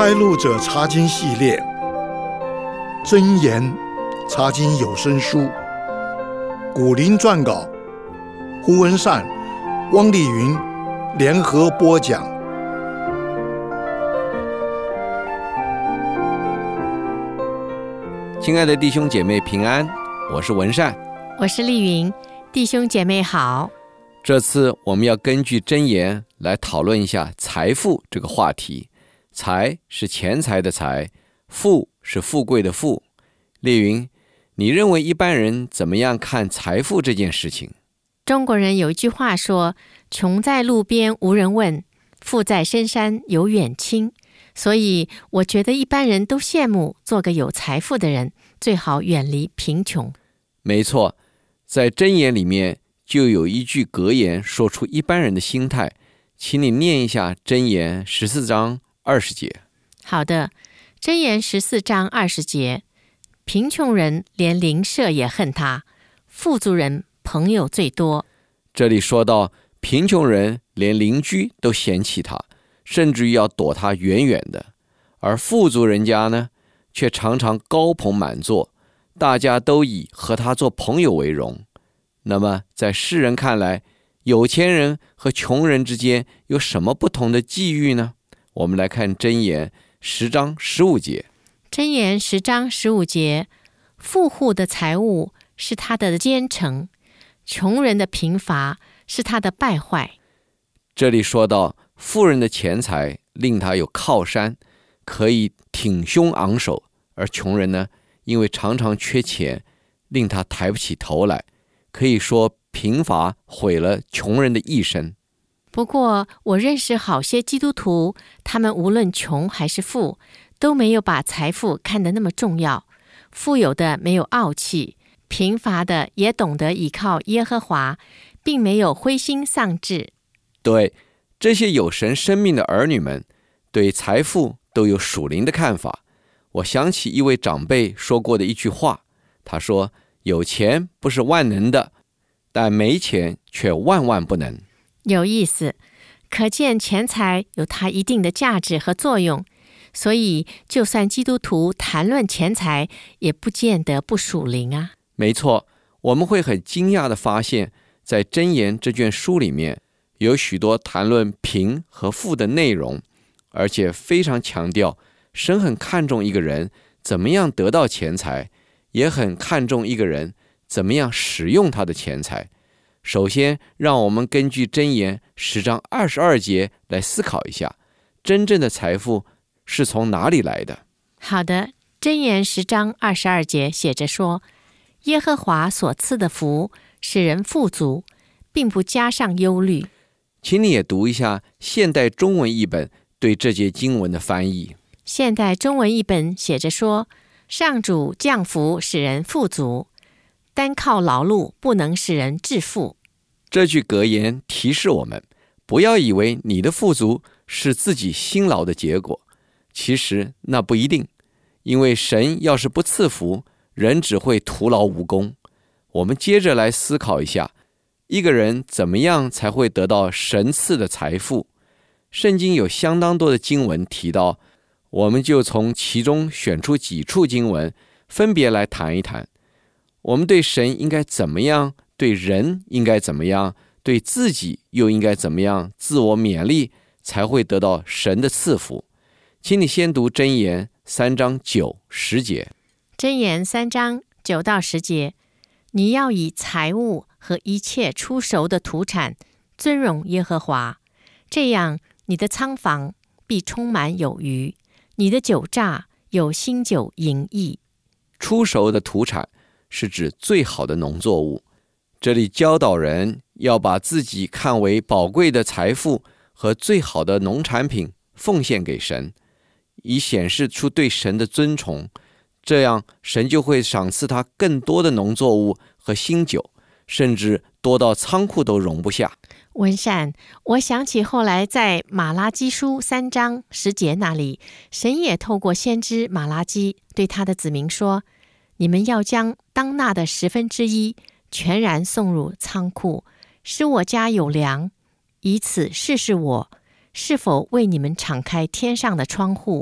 开路者查经系列，真言查经有声书，古林撰稿，胡文善、汪丽云联合播讲。 亲爱的弟兄姐妹平安，我是文善， 我是丽云，弟兄姐妹好。 这次我们要根据箴言来讨论一下财富这个话题。财是钱财的财，富是富贵的富。丽云，你认为一般人怎么样看财富这件事情？ 中国人有一句话说，穷在路边无人问，富在深山有远亲。所以我觉得一般人都羡慕做个有财富的人，最好远离贫穷。 没错，在箴言里面就有一句格言说出一般人的心态，请你念一下箴言14章20节。 好的，箴言14章20节，贫穷人连邻舍也恨他，富足人朋友最多。 这里说到贫穷人连邻居都嫌弃他，甚至于要躲他远远的，而富足人家呢，却常常高朋满座，大家都以和他做朋友为荣。那么在世人看来，有钱人和穷人之间有什么不同的际遇呢？我们来看箴言10章15节。 箴言10章15节，富户的财物是他的坚城，穷人的贫乏是他的败坏。 这里说到富人的钱财令他有靠山，可以挺胸昂首，而穷人呢，因为常常缺钱，令他抬不起头来，可以说贫乏毁了穷人的一生。 不过我认识好些基督徒，他们无论穷还是富，都没有把财富看得那么重要。富有的没有傲气，贫乏的也懂得依靠耶和华，并没有灰心丧志。 对，这些有神生命的儿女们，对财富都有属灵的看法。我想起一位长辈说过的一句话，他说，有钱不是万能的，但没钱却万万不能。 有意思，可见钱财有它一定的价值和作用，所以就算基督徒谈论钱财，也不见得不属灵啊。 没错，我们会很惊讶地发现，在箴言这卷书里面，有许多谈论贫和富的内容，而且非常强调神很看重一个人怎么样得到钱财，也很看重一个人怎么样使用他的钱财。首先，让我们根据箴言10章22节来思考一下，真正的财富是从哪里来的？ 好的，箴言10章22节写着说，耶和华所赐的福使人富足，并不加上忧虑。 请你也读一下现代中文译本对这节经文的翻译。 现代中文译本写着说，上主降福使人富足，单靠劳碌不能使人致富。 这句格言提示我们，不要以为你的富足是自己辛劳的结果，其实那不一定，因为神要是不赐福，人只会徒劳无功。我们接着来思考一下，一个人怎么样才会得到神赐的财富？圣经有相当多的经文提到，我们就从其中选出几处经文，分别来谈一谈。我们对神应该怎么样，对人应该怎么样，对自己又应该怎么样自我勉励，才会得到神的赐福。请你先读箴言3章9、10节。 箴言3章9到10节，你要以财物和一切出熟的土产尊荣耶和华，这样你的仓房必充满有余，你的酒榨有新酒盈溢。 出熟的土产是指最好的农作物。这里教导人要把自己看为宝贵的财富和最好的农产品奉献给神，以显示出对神的尊崇，这样神就会赏赐他更多的农作物和新酒，甚至多到仓库都容不下。 文善，我想起后来在马拉基书3章10节那里，神也透过先知马拉基对他的子民说，你们要将当纳的1/10全然送入仓库，使我家有粮，以此试试我是否为你们敞开天上的窗户，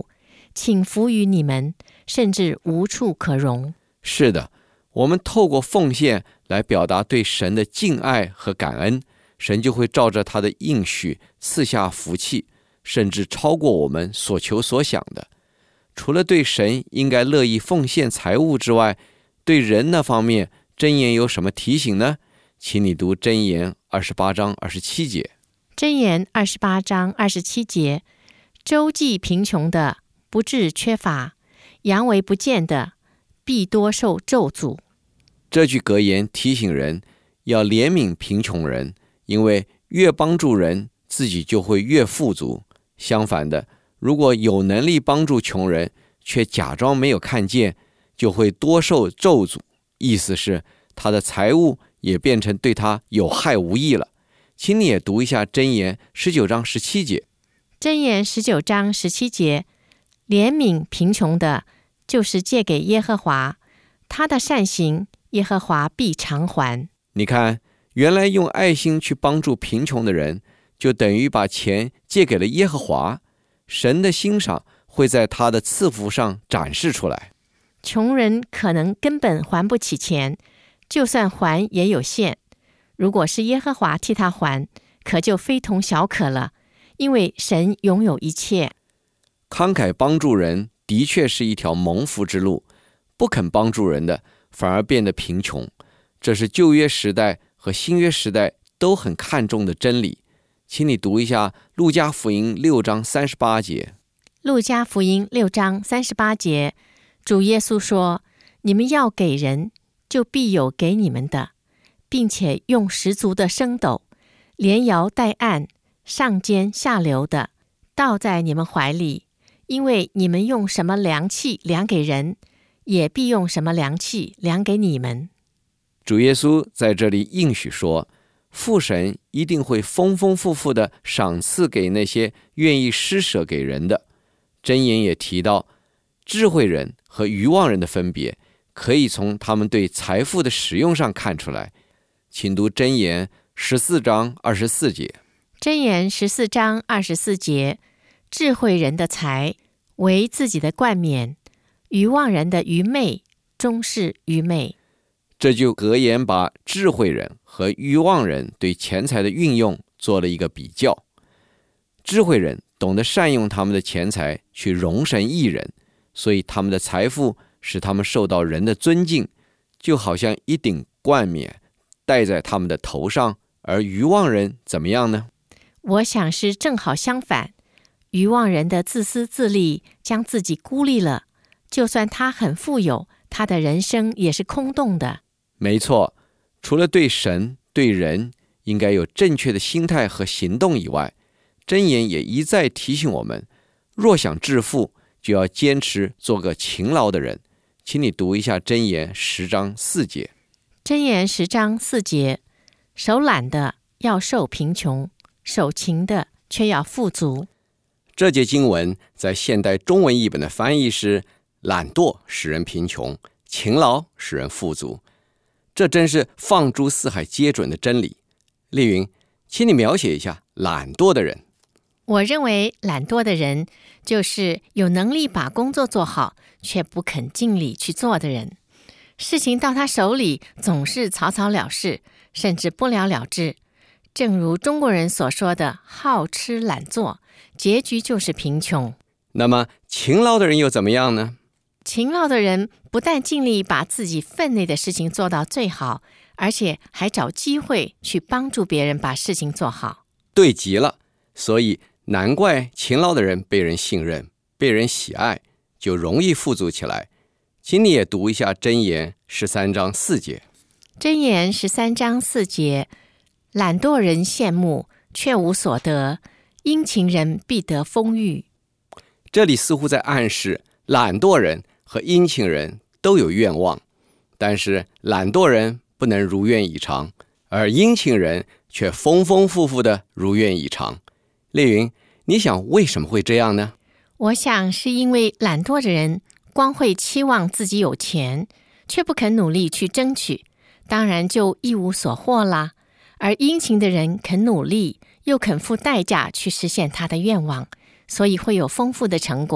倾覆于你们，甚至无处可容。 是的，我们透过奉献来表达对神的敬爱和感恩，神就会照着他的应许赐下福气，甚至超过我们所求所想的。除了对神应该乐意奉献财物之外，对人那方面，箴言有什么提醒呢？请你读箴言28章27节。 箴言28章27节，周济贫穷的不致缺乏，佯为不见的必多受咒诅。 这句格言提醒人要怜悯贫穷人，因为越帮助人，自己就会越富足。相反的，如果有能力帮助穷人，却假装没有看见，就会多受咒诅。意思是他的财物也变成对他有害无益了。请你也读一下箴言19章17节。 箴言19章17节，怜悯贫穷的，就是借给耶和华，他的善行，耶和华必偿还。 你看，原来用爱心去帮助贫穷的人，就等于把钱借给了耶和华，神的欣赏会在他的赐福上展示出来。 穷人可能根本还不起钱，就算还也有限。如果是耶和华替他还，可就非同小可了，因为神拥有一切。 慷慨帮助人的确是一条蒙福之路，不肯帮助人的反而变得贫穷，这是旧约时代和新约时代都很看重的真理。请你读一下路加福音6章38节。 路加福音6章38节，主耶稣说，你们要给人，就必有给你们的，并且用十足的升斗，连摇带按，上尖下流的，倒在你们怀里，因为你们用什么量器量给人，也必用什么量器量给你们。 主耶稣在这里应许说，父神一定会丰丰富富地赏赐给那些愿意施舍给人的。箴言也提到，智慧人和愚妄人的分别，可以从他们对财富的使用上看出来。请读箴言14章24节。 箴言14章24节，智慧人的财为自己的冠冕，愚妄人的愚昧终是愚昧。 这就格言把智慧人和愚妄人对钱财的运用做了一个比较。智慧人懂得善用他们的钱财去容神益人，所以他们的财富使他们受到人的尊敬，就好像一顶冠冕戴在他们的头上。而愚妄人怎么样呢？ 我想是正好相反，愚妄人的自私自利将自己孤立了，就算他很富有，他的人生也是空洞的。 没错，除了对神对人应该有正确的心态和行动以外，箴言也一再提醒我们，若想致富，就要坚持做个勤劳的人。请你读一下箴言10章4节。 箴言10章4节，手懒的要受贫穷，手勤的却要富足。 这节经文在现代中文译本的翻译是，懒惰使人贫穷，勤劳使人富足。这真是放诸四海皆准的真理。丽云，请你描写一下懒惰的人。 我认为懒惰的人就是有能力把工作做好，却不肯尽力去做的人。事情到他手里总是草草了事，甚至不了了之。正如中国人所说的好吃懒做，结局就是贫穷。 那么勤劳的人又怎么样呢？ 勤劳的人不但尽力把自己分内的事情做到最好，而且还找机会去帮助别人把事情做好。 对极了，所以难怪勤劳的人被人信任，被人喜爱，就容易富足起来。请你也读一下箴言13章4节。 箴言13章4节，懒惰人羡慕，却无所得，殷勤人必得丰裕。 这里似乎在暗示，懒惰人和殷勤人都有愿望，但是懒惰人不能如愿以偿，而殷勤人却丰丰富富的如愿以偿。丽云，你想为什么会这样呢？ 我想是因为懒惰的人光会期望自己有钱，却不肯努力去争取，当然就一无所获啦。而殷勤的人肯努力，又肯付代价去实现他的愿望，所以会有丰富的成果。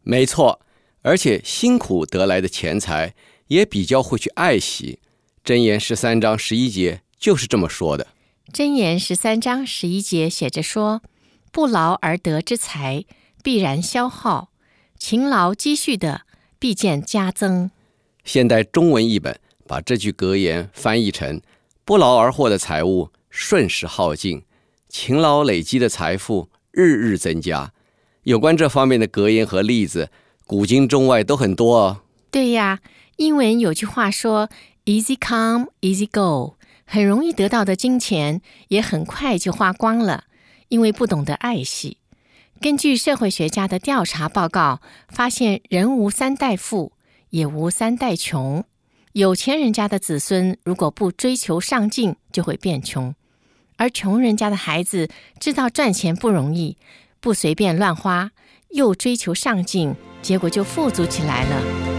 没错，而且辛苦得来的钱财也比较会去爱惜。箴言13章11节就是这么说的。 箴言13章11节写着说，不劳而得之财必然消耗，勤劳积蓄的必见加增。 现代中文译本把这句格言翻译成，不劳而获的财物瞬时耗尽，勤劳累积的财富日日增加。有关这方面的格言和例子，古今中外都很多哦。 对呀，英文有句话说 Easy come, easy go， 很容易得到的金钱也很快就花光了，因为不懂得爱惜。根据社会学家的调查报告，发现人无三代富，也无三代穷。有钱人家的子孙如果不追求上进，就会变穷；而穷人家的孩子知道赚钱不容易，不随便乱花，又追求上进，结果就富足起来了。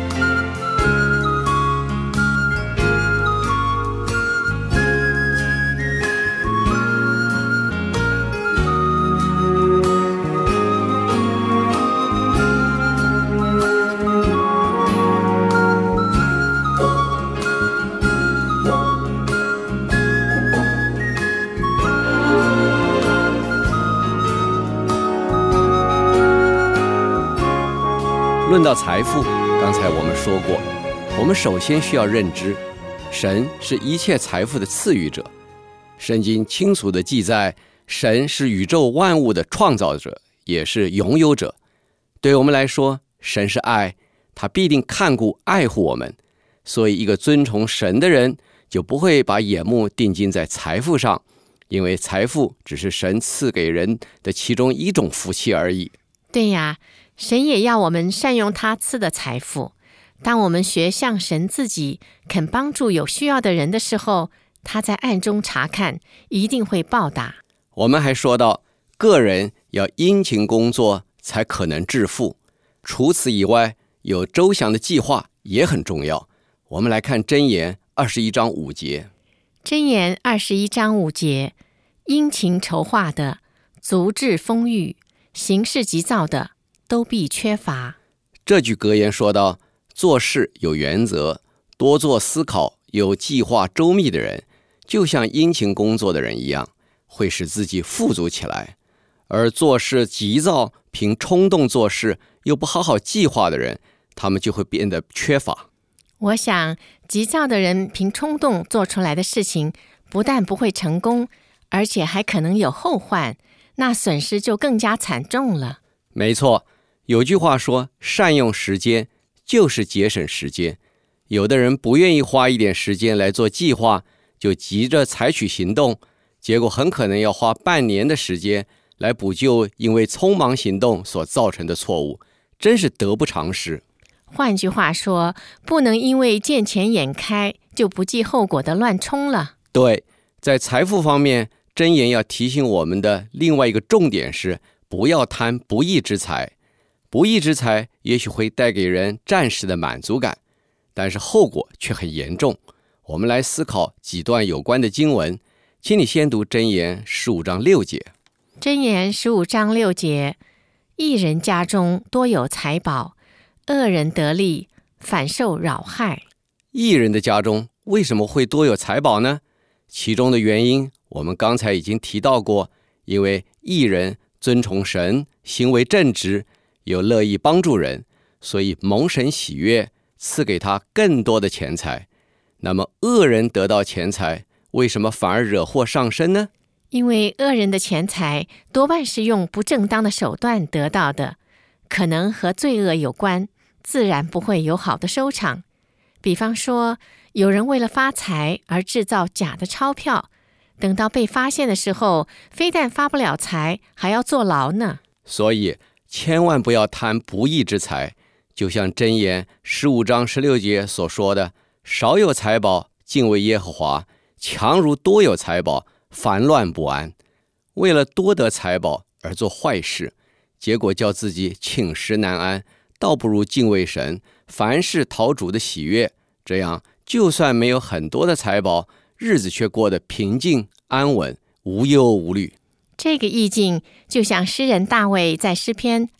论到财富，刚才我们说过，我们首先需要认知，神是一切财富的赐予者。圣经清楚地记载，神是宇宙万物的创造者，也是拥有者。对我们来说，神是爱，他必定看顾爱护我们。所以一个尊崇神的人，就不会把眼目定睛在财富上，因为财富只是神赐给人的其中一种福气而已。 对呀，神也要我们善用他赐的财富。当我们学像神自己，肯帮助有需要的人的时候，他在暗中查看，一定会报答。 我们还说到，个人要殷勤工作才可能致富。除此以外，有周详的计划也很重要。我们来看箴言21章5节。 箴言21章5节，殷勤筹划的，足智丰裕，行事急躁的，都必缺乏。 这句格言说到，做事有原则，多做思考，有计划周密的人，就像殷勤工作的人一样，会使自己富足起来。而做事急躁，凭冲动做事，又不好好计划的人，他们就会变得缺乏。 我想，急躁的人凭冲动做出来的事情，不但不会成功，而且还可能有后患，那损失就更加惨重了。 没错，有句话说，善用时间就是节省时间。有的人不愿意花一点时间来做计划，就急着采取行动，结果很可能要花半年的时间来补救因为匆忙行动所造成的错误，真是得不偿失。 换句话说，不能因为见钱眼开就不计后果的乱冲了。 对，在财富方面，箴言要提醒我们的另外一个重点是，不要贪不义之财。不义之财也许会带给人暂时的满足感，但是后果却很严重。我们来思考几段有关的经文，请你先读箴言15章6节。 箴言15章6节，义人家中多有财宝，恶人得利，反受扰害。 义人的家中为什么会多有财宝呢？其中的原因我们刚才已经提到过，因为义人尊崇神，行为正直，又乐意帮助人，所以蒙神喜悦，赐给他更多的钱财。那么恶人得到钱财，为什么反而惹祸上身呢？ 因为恶人的钱财多半是用不正当的手段得到的，可能和罪恶有关，自然不会有好的收场。比方说，有人为了发财而制造假的钞票，等到被发现的时候，非但发不了财，还要坐牢呢。 所以千万不要贪不义之财，就像箴言15章16节所说的，少有财宝，敬畏耶和华，强如多有财宝，烦乱不安。为了多得财宝而做坏事，结果叫自己寝食难安，倒不如敬畏神，凡事讨主的喜悦，这样就算没有很多的财宝，日子却过得平静安稳，无忧无虑。 这个意境就像诗人大卫在诗篇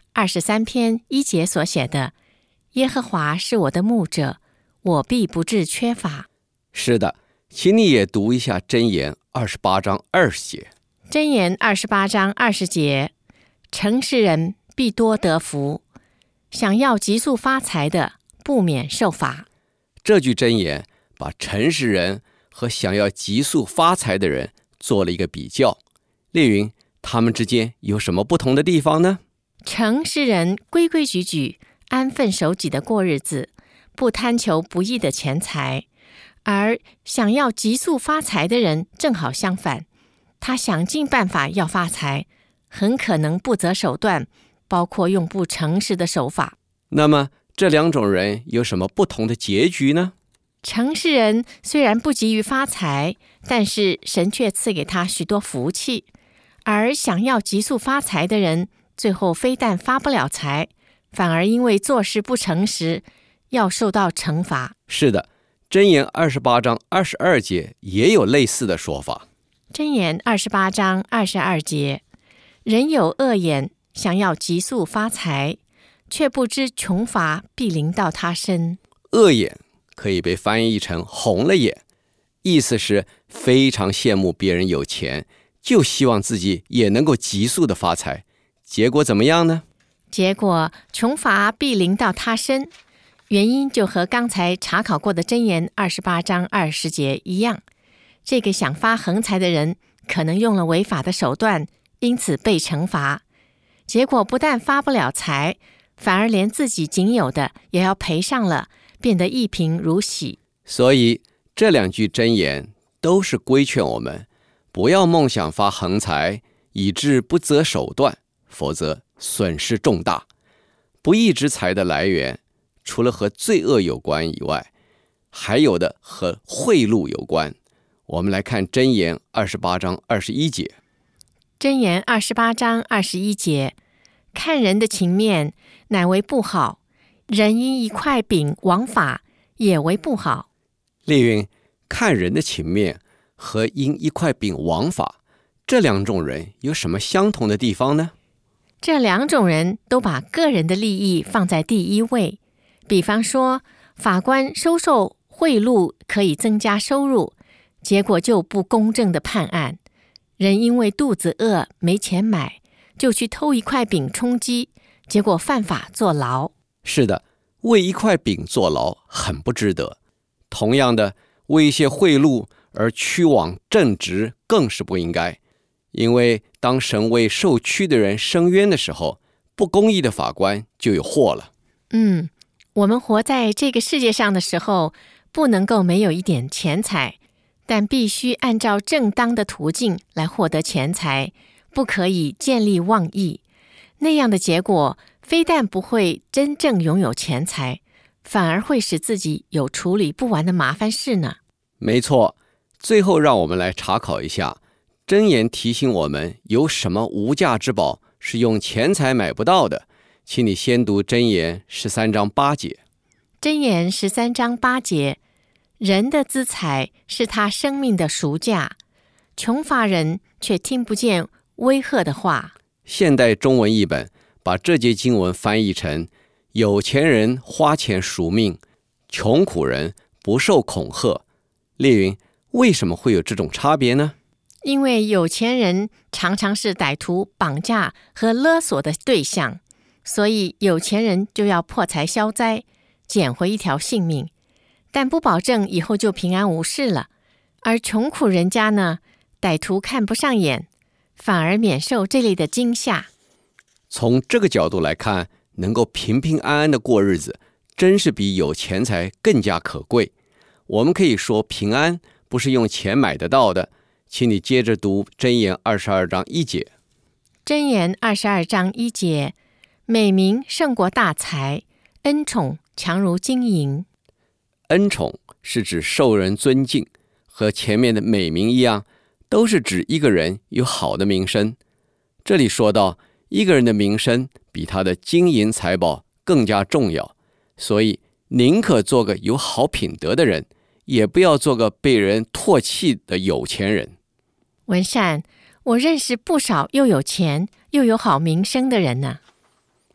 23篇1节所写的：耶和华是我的牧者，我必不致缺乏。 是的，请你也读一下箴言28章20节。 箴言28章20节：诚实人必多得福，想要急速发财的，不免受罚。 这句箴言把诚实人和想要急速发财的人做了一个比较。列云，他们之间有什么不同的地方呢？ 诚实人规规矩矩、安分守己的过日子，不贪求不义的钱财；而想要急速发财的人正好相反，他想尽办法要发财，很可能不择手段，包括用不诚实的手法。 那么这两种人有什么不同的结局呢？ 诚实人虽然不急于发财，但是神却赐给他许多福气；而想要急速发财的人，最后非但发不了财，反而因为做事不诚实，要受到惩罚。 是的，箴言28章22节也有类似的说法。 箴言28章22节：人有恶眼，想要急速发财，却不知穷乏必临到他身。 恶眼可以被翻译成红了眼，意思是非常羡慕别人有钱，就希望自己也能够急速的发财。结果怎么样呢？ 结果穷乏必临到他身，原因就和刚才查考过的箴言28章20节一样。这个想发横财的人可能用了违法的手段，因此被惩罚。结果不但发不了财，反而连自己仅有的也要赔上了，变得一贫如洗。 所以这两句箴言都是规劝我们不要梦想发横财，以致不择手段，否则损失重大。不义之财的来源，除了和罪恶有关以外，还有的和贿赂有关。我们来看箴言28章21节。 箴言28章21节：看人的情面，乃为不好；人因一块饼枉法，也为不好。 列云，看人的情面和因一块饼枉法，这两种人有什么相同的地方呢？ 这两种人都把个人的利益放在第一位。比方说，法官收受贿赂可以增加收入，结果就不公正的判案。人因为肚子饿没钱买，就去偷一块饼充饥，结果犯法坐牢。 是的，为一块饼坐牢很不值得。同样的，为一些贿赂而屈枉正直更是不应该。因为当神为受屈的人伸冤的时候，不公义的法官就有祸了。 我们活在这个世界上的时候，不能够没有一点钱财，但必须按照正当的途径来获得钱财，不可以见利忘义。那样的结果，非但不会真正拥有钱财，反而会使自己有处理不完的麻烦事呢。 没错，最后让我们来查考一下，箴言提醒我们有什么无价之宝是用钱财买不到的。请你先读箴言13章8节。 箴言13章8节：人的资财是他生命的赎价，穷乏人却听不见威吓的话。 现代中文译本把这节经文翻译成：有钱人花钱赎命，穷苦人不受恐吓。列云，为什么会有这种差别呢？ 因为有钱人常常是歹徒绑架和勒索的对象，所以有钱人就要破财消灾，捡回一条性命，但不保证以后就平安无事了。而穷苦人家呢，歹徒看不上眼，反而免受这类的惊吓。 从这个角度来看，能够平平安安的过日子，真是比有钱财更加可贵。我们可以说，平安不是用钱买得到的。请你接着读箴言22章1节。 箴言22章1节：美名胜过大财，恩宠强如金银。 恩宠是指受人尊敬，和前面的美名一样，都是指一个人有好的名声。这里说到，一个人的名声比他的金银财宝更加重要，所以宁可做个有好品德的人，也不要做个被人唾弃的有钱人。 文善，我认识不少又有钱又有好名声的人呢。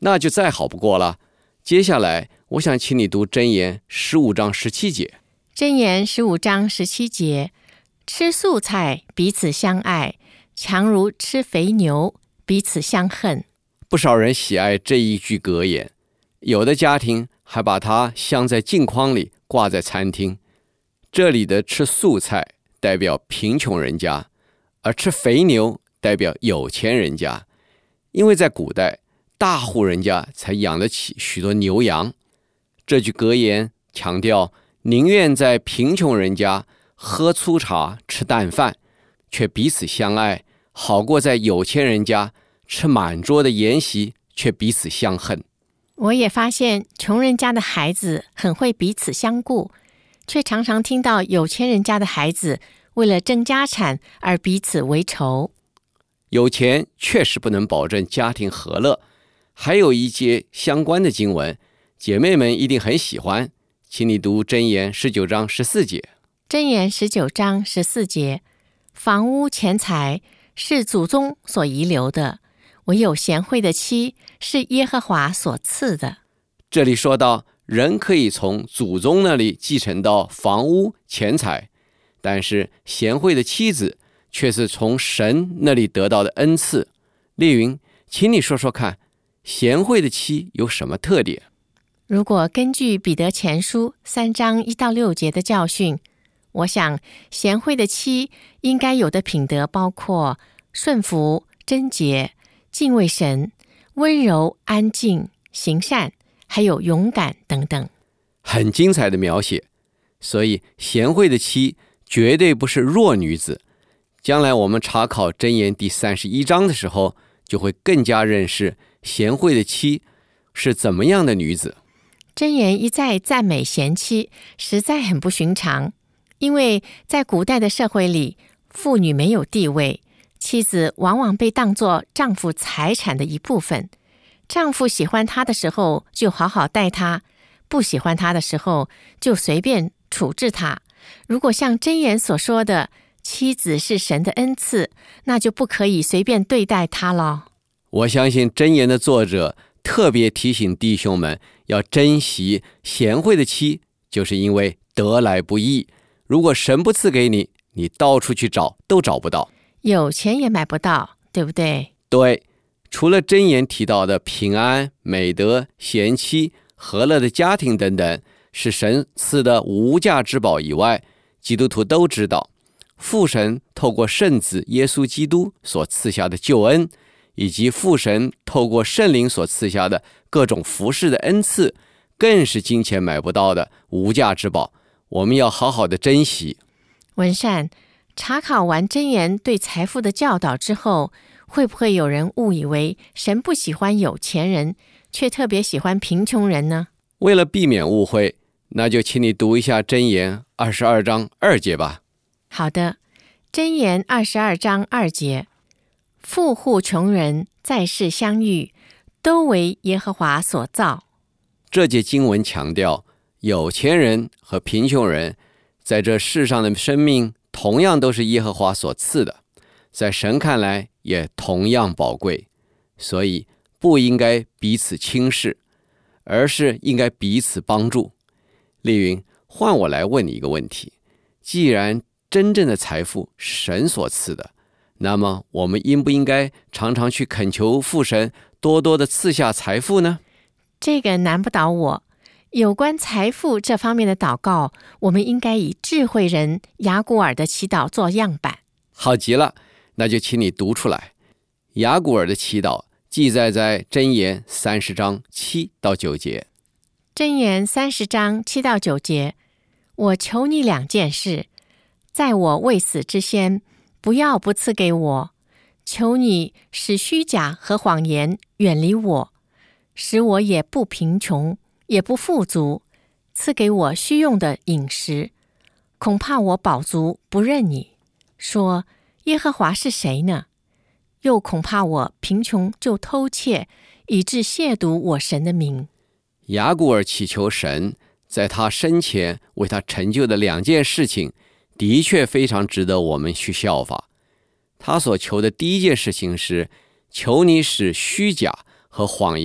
那就再好不过了。接下来我想请你读箴言15章17节。 箴言15章17节，吃素菜彼此相爱，强如吃肥牛彼此相恨。 不少人喜爱这一句格言，有的家庭还把它镶在镜框里挂在餐厅。这里的吃素菜代表贫穷人家，而吃肥牛代表有钱人家。因为在古代，大户人家才养得起许多牛羊。这句格言强调，宁愿在贫穷人家喝粗茶吃淡饭，却彼此相爱，好过在有钱人家吃满桌的筵席，却彼此相恨。 我也发现穷人家的孩子很会彼此相顾，却常常听到有钱人家的孩子为了争家产而彼此为仇。 有钱确实不能保证家庭和乐。还有一节相关的经文，姐妹们一定很喜欢，请你读箴言19章14节。 箴言19章14节，房屋钱财是祖宗所遗留的，唯有贤惠的妻是耶和华所赐的。 这里说到，人可以从祖宗那里继承到房屋钱财，但是贤惠的妻子却是从神那里得到的恩赐。丽云，请你说说看，贤惠的妻有什么特点？ 如果根据彼得前书3章1到6节的教训，我想贤惠的妻应该有的品德包括顺服、贞洁、敬畏神、温柔、安静、行善，还有勇敢等等。 很精彩的描写。所以贤惠的妻绝对不是弱女子。将来我们查考箴言第31章的时候，就会更加认识贤惠的妻是怎么样的女子。 箴言一再赞美贤妻，实在很不寻常。因为在古代的社会里，妇女没有地位，妻子往往被当作丈夫财产的一部分。丈夫喜欢她的时候就好好待她，不喜欢她的时候就随便处置她。如果像箴言所说的，妻子是神的恩赐，那就不可以随便对待她了。 我相信箴言的作者特别提醒弟兄们要珍惜贤惠的妻，就是因为得来不易。如果神不赐给你，你到处去找都找不到， 有钱也买不到，对不对？ 对，除了箴言提到的平安、美德、贤妻、和乐的家庭等等，是神赐的无价之宝以外，基督徒都知道，父神透过圣子耶稣基督所赐下的救恩，以及父神透过圣灵所赐下的各种服事的恩赐，更是金钱买不到的无价之宝，我们要好好的珍惜。 文善，查考完箴言对财富的教导之后，会不会有人误以为神不喜欢有钱人，却特别喜欢贫穷人呢？ 为了避免误会，那就请你读一下箴言22章2节吧。 好的，箴言22章2节，富户穷人在世相遇，都为耶和华所造。 这节经文强调，有钱人和贫穷人在这世上的生命同样都是耶和华所赐的，在神看来也同样宝贵，所以不应该彼此轻视，而是应该彼此帮助。丽云，换我来问你一个问题，既然真正的财富是神所赐的，那么我们应不应该常常去恳求父神多多的赐下财富呢？ 这个难不倒我。有关财富这方面的祷告，我们应该以智慧人雅古尔的祈祷做样板。 好极了，那就请你读出来。雅古尔的祈祷记载在箴言30章7到9节。 箴言30章7到9节，我求你2件事，在我未死之先，不要不赐给我。求你使虚假和谎言远离我，使我也不贫穷，也不富足，赐给我需用的饮食。恐怕我饱足不认你，说耶和华是谁呢？又恐怕我贫穷就偷窃，以致亵渎我神的名。 雅古尔祈求神在他生前为他成就的2件事情，的确非常值得我们去效法。他所求的第一件事情是，求你使虚假和谎言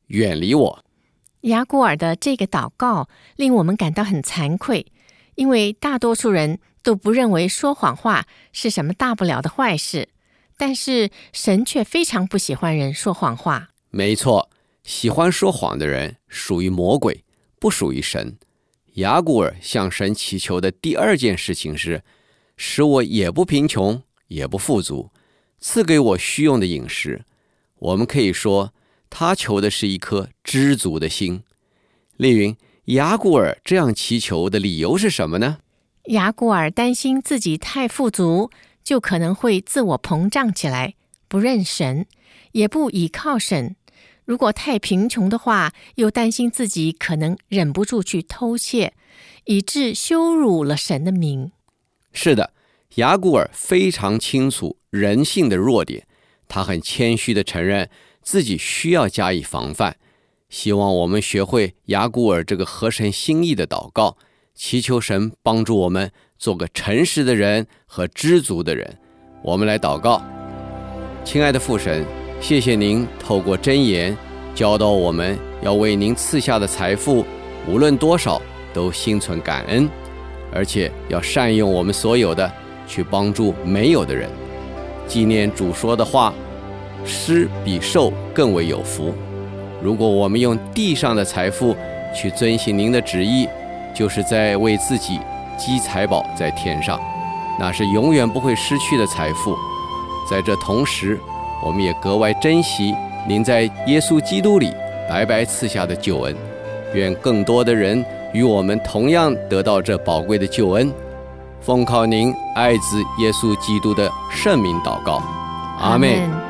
远离我。 雅古尔的这个祷告令我们感到很惭愧，因为大多数人都不认为说谎话是什么大不了的坏事，但是神却非常不喜欢人说谎话。 没错，喜欢说谎的人属于魔鬼，不属于神。雅古尔向神祈求的第二件事情是，使我也不贫穷，也不富足，赐给我需用的饮食。我们可以说，他求的是一颗知足的心。丽云，雅古尔这样祈求的理由是什么呢？ 雅古尔担心自己太富足，就可能会自我膨胀起来，不认神，也不倚靠神。如果太贫穷的话，又担心自己可能忍不住去偷窃，以致羞辱了神的名。 是的，雅古尔非常清楚人性的弱点，他很谦虚地承认自己需要加以防范。希望我们学会雅古尔这个合神心意的祷告，祈求神帮助我们做个诚实的人和知足的人。我们来祷告。亲爱的父神，谢谢您透过箴言教导我们要为您赐下的财富，无论多少都心存感恩，而且要善用我们所有的去帮助没有的人。纪念主说的话，施比受更为有福。如果我们用地上的财富去遵行您的旨意，就是在为自己积财宝在天上，那是永远不会失去的财富。在这同时，我们也格外珍惜您在耶稣基督里白白赐下的救恩，愿更多的人与我们同样得到这宝贵的救恩。奉靠您爱子耶稣基督的圣名祷告，阿们。